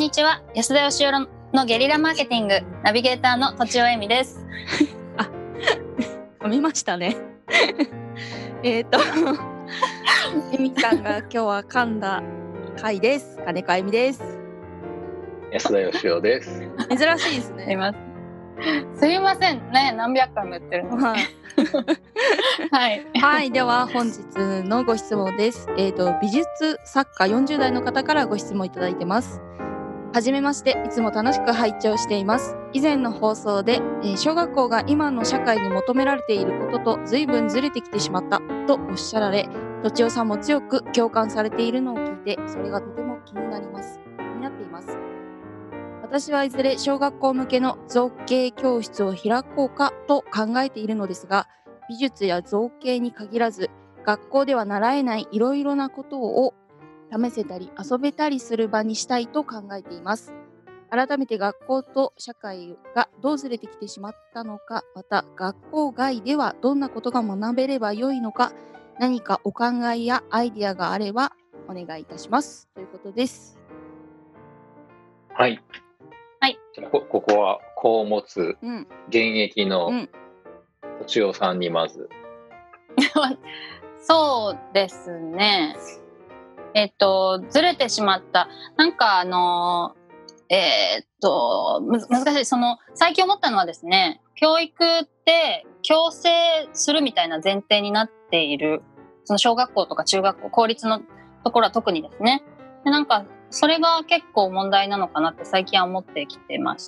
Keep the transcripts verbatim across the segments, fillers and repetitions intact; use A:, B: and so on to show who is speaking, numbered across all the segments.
A: にちは。安田義雄のゲリラマーケティングナビゲーターのとちおえみです。
B: あ、読みましたね。えっとえみさんが今日は噛んだ回です。金子あゆみです。
C: 安田義雄です。
B: 珍しいですね。
A: すいません。すいませんね。何百回も言ってるの。
B: はい。
A: はい。
B: はい、では本日のご質問です。えっと美術作家よんじゅう代の方からご質問いただいてます。はじめまして、いつも楽しく拝聴しています。以前の放送で、えー、小学校が今の社会に求められていることと随分ずれてきてしまったとおっしゃられ、とちおさんも強く共感されているのを聞いて、それがとても気になります気になっています。私はいずれ小学校向けの造形教室を開こうかと考えているのですが、美術や造形に限らず学校では習えないいろいろなことを試せたり遊べたりする場にしたいと考えています。改めて学校と社会がどうずれてきてしまったのか、また学校外ではどんなことが学べればよいのか、何かお考えやアイディアがあればお願いいたしますということです。
C: はい、
A: はい、
C: じゃあ こ, ここは子を持つ現役のとちおさんにまず、
A: うん、そうですね。えっとずれてしまったなんかあのえー、っと難しい。その最近思ったのはですね、教育って強制するみたいな前提になっている、その小学校とか中学校、公立のところは特にですね。でなんかそれが結構問題なのかなって最近は思ってきてまして、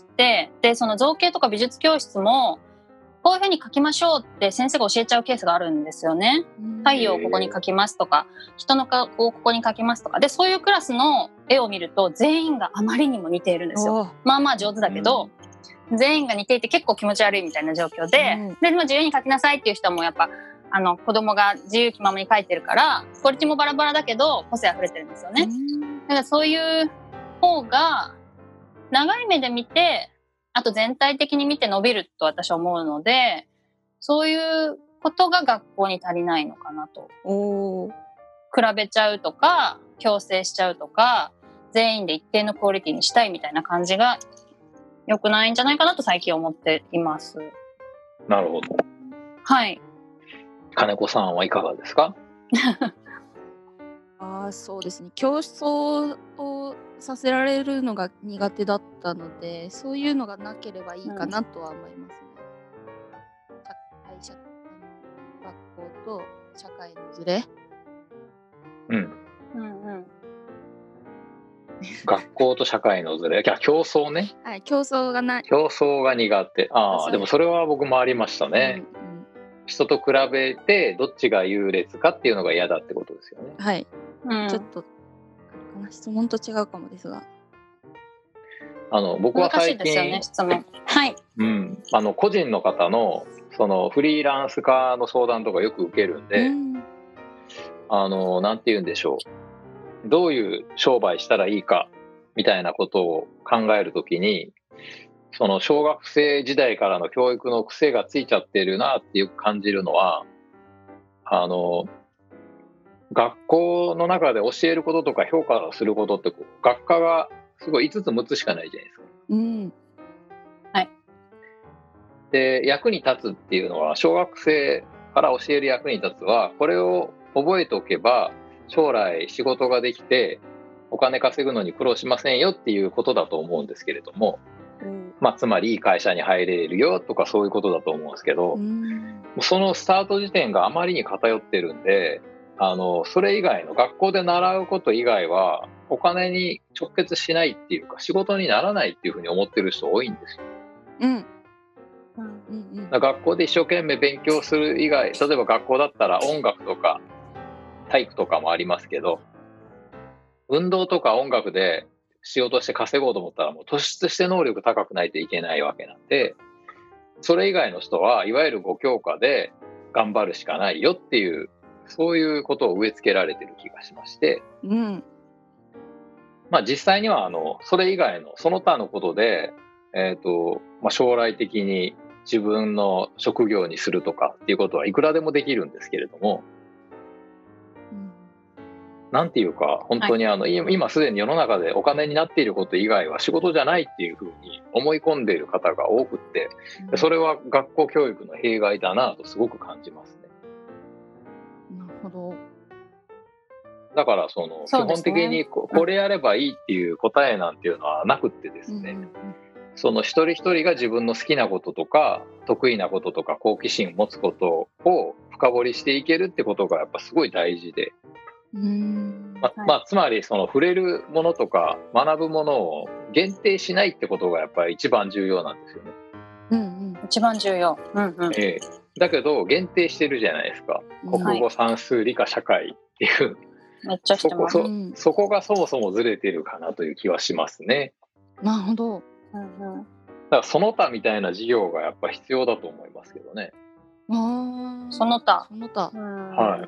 A: でその造形とか美術教室もこういうふうに描きましょうって先生が教えちゃうケースがあるんですよね。太陽をここに描きますとか、人の顔をここに描きますとかで、そういうクラスの絵を見ると全員があまりにも似ているんですよ。まあまあ上手だけど、うん、全員が似ていて結構気持ち悪いみたいな状況で、うん、で自由に描きなさいっていう人もやっぱあの子供が自由気ままに描いてるからクオリティもバラバラだけど個性あふれてるんですよね。うん、だからそういう方が長い目で見て、あと全体的に見て伸びると私は思うので、そういうことが学校に足りないのかなと。お比べちゃうとか強制しちゃうとか全員で一定のクオリティにしたいみたいな感じが良くないんじゃないかなと最近思っています。
C: なるほど。
A: はい。
C: 金子さんはいかがですか？
B: あ、そうですね、競争をさせられるのが苦手だったので、そういうのがなければいいかなとは思いますね。うん、社学校と社会のズレ、
C: うん
A: うんうん、
C: 学校と社会のズレ、いや競争ね、
B: はい、競争がない、
C: 競争が苦手。ああ、でもそれは僕もありましたね。うんうん、人と比べてどっちが優劣かっていうのが嫌だってことですよね。
B: はい、うん、ちょっと質問と違うかもですが、
C: あの僕は最近、
A: ね、質問、はい、
C: うん、あの個人の方のそのフリーランス化の相談とかよく受けるんで、うん、あのなんて言うんでしょう、どういう商売したらいいかみたいなことを考えるときに、その小学生時代からの教育の癖がついちゃってるなってよく感じるのは、あの学校の中で教えることとか評価することってこう学科がすごいいつつむっつしかないじゃないですか。
B: うん、
A: はい。
C: で役に立つっていうのは、小学生から教える役に立つは、これを覚えておけば将来仕事ができてお金稼ぐのに苦労しませんよっていうことだと思うんですけれども、うん、まあ、つまりいい会社に入れるよとかそういうことだと思うんですけど、うん、そのスタート時点があまりに偏ってるんで、あのそれ以外の学校で習うこと以外はお金に直結しないっていうか、仕事にならないっていうふうに思ってる人多いんですよ。うんうんうん、学校で一生懸命勉強する以外、例えば学校だったら音楽とか体育とかもありますけど、運動とか音楽で仕事して稼ごうと思ったらもう突出して能力高くないといけないわけなんで、それ以外の人はいわゆるご教科で頑張るしかないよっていう、そういうことを植え付けられてる気がしまして、うん、まあ、実際にはあのそれ以外のその他のことで、えーとまあ、将来的に自分の職業にするとかっていうことはいくらでもできるんですけれども、 なんていうか本当にあの、はい、今すでに世の中でお金になっていること以外は仕事じゃないっていうふうに思い込んでいる方が多くって、それは学校教育の弊害だなとすごく感じますね。
B: なるほど。
C: だからその基本的にこれやればいいっていう答えなんていうのはなくってですね、うんうんうん、その一人一人が自分の好きなこととか得意なこととか好奇心を持つことを深掘りしていけるってことがやっぱすごい大事で、
B: うーん、
C: ままあ、つまりその触れるものとか学ぶものを限定しないってことがやっぱり一番重要なんですよね。
B: うんうん、
A: 一番重要、うんうん、
C: えー、だけど限定してるじゃないですか、うん、国語算数理科社会っていう、
A: めっちゃしてます。
C: そこ、そ、そこがそもそもずれてるかなという気はしますね。
B: なるほど。
A: うんうん、
C: だからその他みたいな授業がやっぱ必要だと思いますけどね。
B: あ、
A: その他、
B: その他、
C: うん、はい。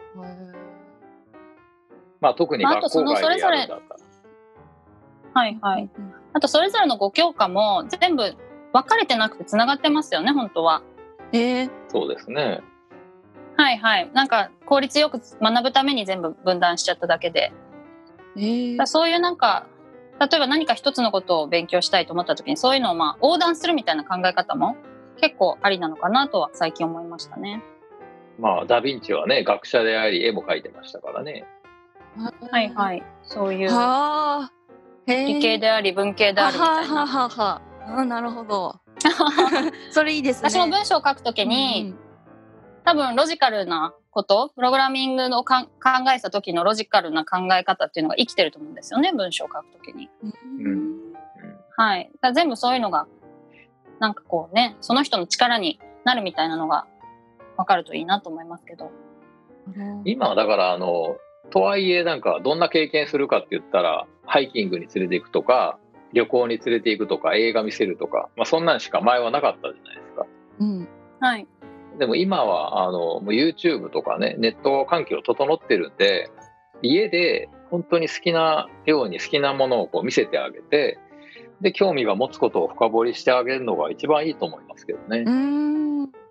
C: まあ特に
A: 学
C: 校外でやるんだったら、
A: はいはい、うんうん、あとそれぞれのご教科も全部分かれてなくてつながってますよね本当は。
B: えー、
C: そうですね。
A: はいはい、なんか効率よく学ぶために全部分断しちゃっただけで、
B: えー、
A: だそういうなんか例えば何か一つのことを勉強したいと思った時にそういうのをまあ横断するみたいな考え方も結構ありなのかなとは最近思いましたね。
C: まあダヴィンチはね学者であり絵も描いてましたからね。
A: はいはい、そういう
B: は
A: 理系であり文系であるみたいな。
B: はははは、なるほどそれいいですね。
A: 私も文章を書くときに、うん、多分ロジカルなことプログラミングのか考えた時のロジカルな考え方っていうのが生きてると思うんですよね文章を書くときに、
B: うん、
A: はい、だ全部そういうのがなんかこうねその人の力になるみたいなのが分かるといいなと思いますけど、
C: 今だからあのとはいえなんかどんな経験するかって言ったらハイキングに連れて行くとか旅行に連れて行くとか映画見せるとか、まあ、そんなんしか前はなかったじゃないですか、
B: うん、
A: はい。
C: でも今はあのもう YouTube とかねネット環境整ってるんで家で本当に好きなように好きなものをこう見せてあげてで興味が持つことを深掘りしてあげるのが一番いいと思いますけどね。
B: うーん、
A: うん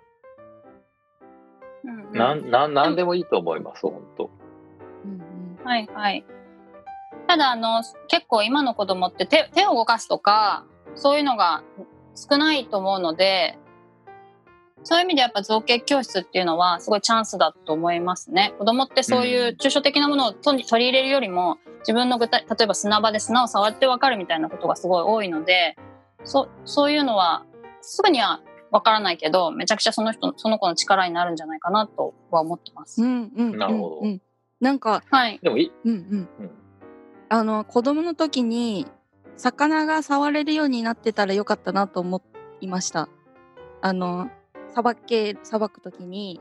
A: うん、
C: なななんでもいいと思います本当、
A: うんうん、はいはい。ただあの結構今の子供って 手, 手を動かすとかそういうのが少ないと思うのでそういう意味でやっぱ造形教室っていうのはすごいチャンスだと思いますね。子供ってそういう抽象的なものを取り入れるよりも自分の具体例えば砂場で砂を触って分かるみたいなことがすごい多いので そ, そういうのはすぐには分からないけどめちゃくちゃその人その子の力になるんじゃないかなとは思ってます。
B: うんうんうんうん、
C: なるほど。
B: なんか、
A: はい、
C: でもいい、
B: うんうんうん、あの子供の時に魚が触れるようになってたらよかったなと思いました。あのさばけさばくときに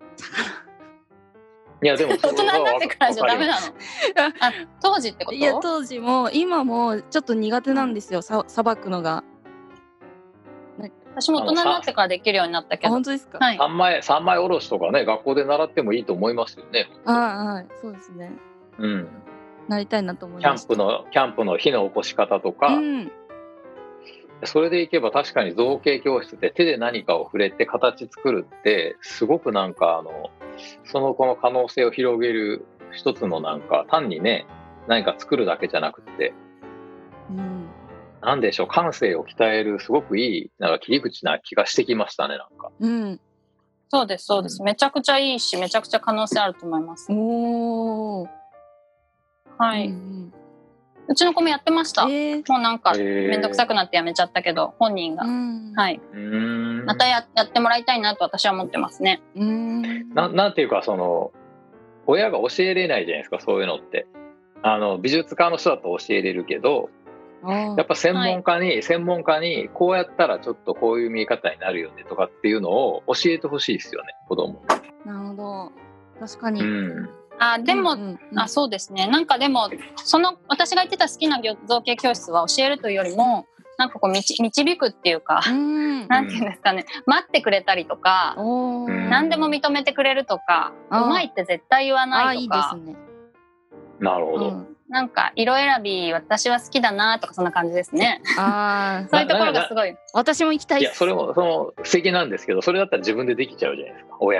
C: いやでも
A: 大人になってからじゃダメなのあ当時ってこと？
B: いや当時も今もちょっと苦手なんですよさばくのが。
A: 私も大人になってからできるようになったけど。
B: 本当ですか？
A: はい、
C: 三枚三枚おろしとかね学校で習ってもいいと思いますよね。
B: ああはいそうですね。
C: うん。
B: なりたいなと思いました。
C: キャンプのキャンプの火の起こし方とか。
B: うん、
C: それでいけば確かに造形教室で手で何かを触れて形作るってすごくなんかあのその子の可能性を広げる一つのなんか単にね何か作るだけじゃなくて、
B: うん、
C: なんでしょう感性を鍛えるすごくいいなんか切り口な気がしてきましたねなんか。
B: うん、
A: そうですそうです、うん、めちゃくちゃいいしめちゃくちゃ可能性あると思います。
B: おー、
A: はい、
B: うんうん
A: うちの子もやってました、
B: えー、
A: もうなんかめんどくさくなってやめちゃったけど本人が、
B: うん、
A: はい、
C: うーん
A: また や, やってもらいたいなと私は思ってますね。
B: うーん
C: な, なんていうかその親が教えれないじゃないですかそういうのってあの美術家の人だと教えれるけどやっぱ専門家に、はい、専門家にこうやったらちょっとこういう見え方になるよねとかっていうのを教えてほしいですよね子供。
B: なるほど確かに、
C: うん
A: あでも、
B: うんうん、
A: あそうですねなんかでもその私が言ってた好きな造形教室は教えるというよりもなんかこう導くっていうか、うん、なんていうんですかね待ってくれたりとか何でも認めてくれるとかうまいって絶対言わないとか。
B: いいですね。
C: なるほど、
A: うん、なんか色選び私は好きだなとかそんな感じですね。
B: あ
A: そういうところがすごい
B: 私も行きたい。
C: いやそれもその素敵なんですけどそれだったら自分でできちゃうじゃないですか親が。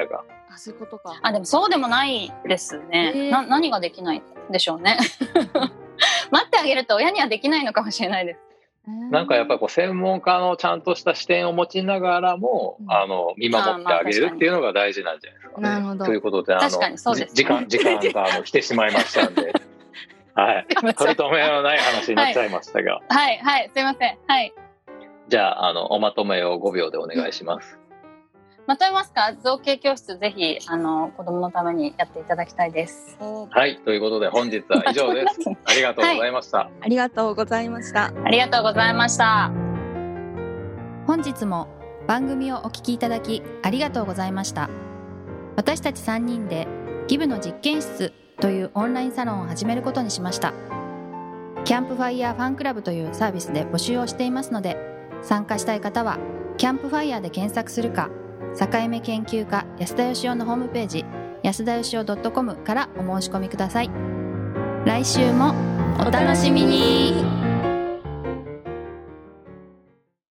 B: あ、そういうことか。
A: あ、でもそうでもないですね。
B: えー
A: な何ができないんでしょうね。待ってあげると親にはできないのかもしれないです。
C: なんかやっぱりこう専門家のちゃんとした視点を持ちながらも、
B: うん、
C: あの見守ってあげるっていうのが大事なんじゃないですかね。
B: なるほど。
C: ということで、あ
A: 確かに
C: の、
A: そうですね
C: 時間時間がもう来てしまいましたんで、はい、取り留めのない話になっちゃいましたが、
A: はいはいすいません。はい。
C: じゃあ、あのおまとめをごびょうでお願いします。
A: まとめますか。造形教室ぜひあの子供のためにやっていただきたいです。
C: はい、ということで本日は以上です。ありがとうございました。
B: ありがとうございました。
A: ありがとうございました。
D: 本日も番組をお聞きいただきありがとうございました。私たちさんにんでギブの実験室というオンラインサロンを始めることにしました。キャンプファイヤーファンクラブというサービスで募集をしていますので、参加したい方はキャンプファイヤーで検索するか、境目研究家安田義雄のホームページ安田義雄 .com からお申し込みください。来週もお楽しみに。